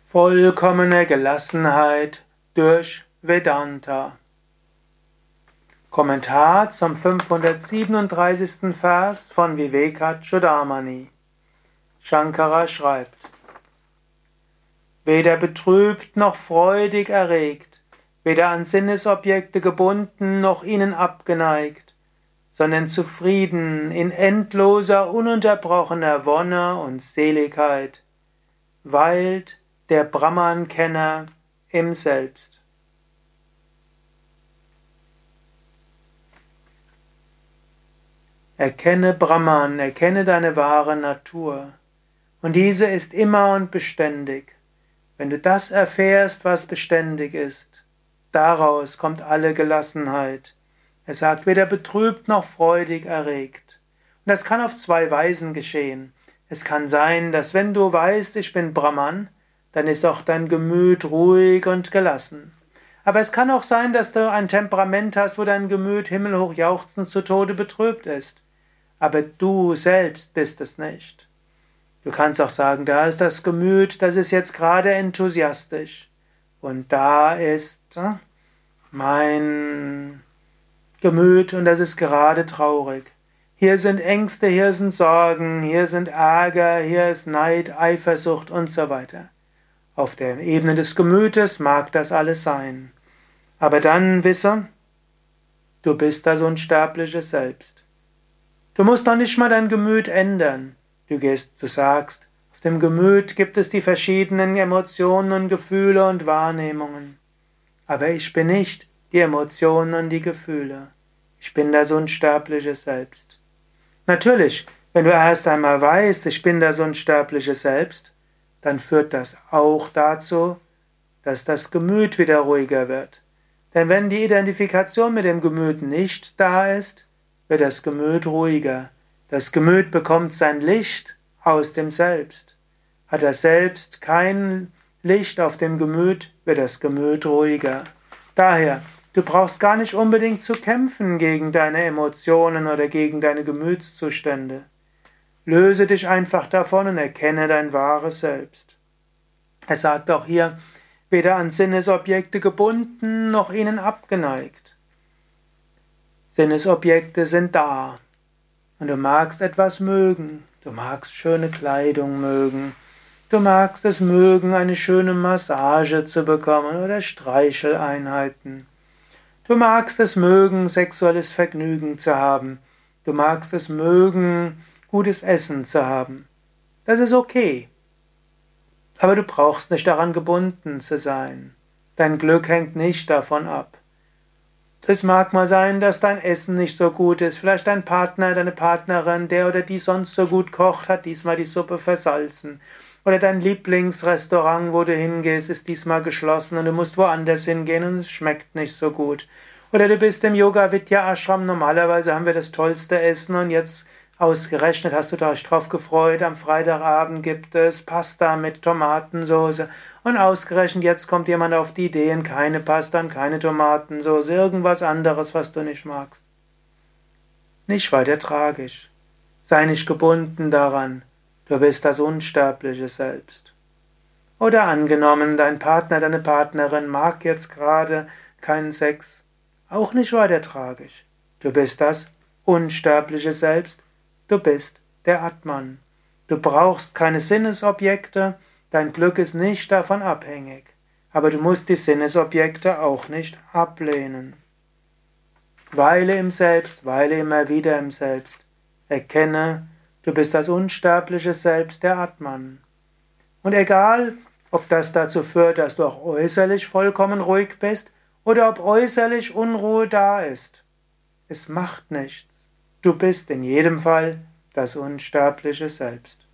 Vollkommene Gelassenheit durch Vedanta. Kommentar zum 537. Vers von Vivekachudamani. Shankara schreibt: Weder betrübt noch freudig erregt, weder an Sinnesobjekte gebunden noch ihnen abgeneigt, sondern zufrieden in endloser, ununterbrochener Wonne und Seligkeit, weilt der Brahman-Kenner im Selbst. Erkenne Brahman, erkenne deine wahre Natur, und diese ist immer und beständig. Wenn du das erfährst, was beständig ist, daraus kommt alle Gelassenheit. Er sagt, weder betrübt noch freudig erregt. Und das kann auf zwei Weisen geschehen. Es kann sein, dass wenn du weißt, ich bin Brahman, dann ist auch dein Gemüt ruhig und gelassen. Aber es kann auch sein, dass du ein Temperament hast, wo dein Gemüt himmelhoch jauchzend zu Tode betrübt ist. Aber du selbst bist es nicht. Du kannst auch sagen, da ist das Gemüt, das ist jetzt gerade enthusiastisch. Und da ist mein Gemüt und das ist gerade traurig. Hier sind Ängste, hier sind Sorgen, hier sind Ärger, hier ist Neid, Eifersucht und so weiter. Auf der Ebene des Gemütes mag das alles sein. Aber dann wisse, du bist das unsterbliche Selbst. Du musst noch nicht mal dein Gemüt ändern. Du sagst, auf dem Gemüt gibt es die verschiedenen Emotionen und Gefühle und Wahrnehmungen. Aber ich bin nicht die Emotionen und die Gefühle. Ich bin das unsterbliche Selbst. Natürlich, wenn du erst einmal weißt, ich bin das unsterbliche Selbst, dann führt das auch dazu, dass das Gemüt wieder ruhiger wird. Denn wenn die Identifikation mit dem Gemüt nicht da ist, wird das Gemüt ruhiger. Das Gemüt bekommt sein Licht aus dem Selbst. Hat das Selbst kein Licht auf dem Gemüt, wird das Gemüt ruhiger. Daher, du brauchst gar nicht unbedingt zu kämpfen gegen deine Emotionen oder gegen deine Gemütszustände. Löse dich einfach davon und erkenne dein wahres Selbst. Er sagt auch hier, weder an Sinnesobjekte gebunden noch ihnen abgeneigt. Sinnesobjekte sind da. Und du magst etwas mögen. Du magst schöne Kleidung mögen. Du magst es mögen, eine schöne Massage zu bekommen oder Streicheleinheiten. Du magst es mögen, sexuelles Vergnügen zu haben. Du magst es mögen, gutes Essen zu haben. Das ist okay. Aber du brauchst nicht daran gebunden zu sein. Dein Glück hängt nicht davon ab. Es mag mal sein, dass dein Essen nicht so gut ist. Vielleicht dein Partner, deine Partnerin, der oder die sonst so gut kocht, hat diesmal die Suppe versalzen. Oder dein Lieblingsrestaurant, wo du hingehst, ist diesmal geschlossen und du musst woanders hingehen und es schmeckt nicht so gut. Oder du bist im Yoga Vidya Ashram, normalerweise haben wir das tollste Essen und jetzt ausgerechnet hast du dich drauf gefreut, am Freitagabend gibt es Pasta mit Tomatensauce und ausgerechnet jetzt kommt jemand auf die Idee, keine Pasta und keine Tomatensauce, irgendwas anderes, was du nicht magst. Nicht weiter tragisch. Sei nicht gebunden daran, du bist das unsterbliche Selbst. Oder angenommen, dein Partner, deine Partnerin mag jetzt gerade keinen Sex, auch nicht weiter tragisch. Du bist das unsterbliche Selbst. Du bist der Atman. Du brauchst keine Sinnesobjekte, dein Glück ist nicht davon abhängig. Aber du musst die Sinnesobjekte auch nicht ablehnen. Weile im Selbst, weile immer wieder im Selbst. Erkenne, du bist das unsterbliche Selbst, der Atman. Und egal, ob das dazu führt, dass du auch äußerlich vollkommen ruhig bist oder ob äußerlich Unruhe da ist, es macht nichts. Du bist in jedem Fall das unsterbliche Selbst.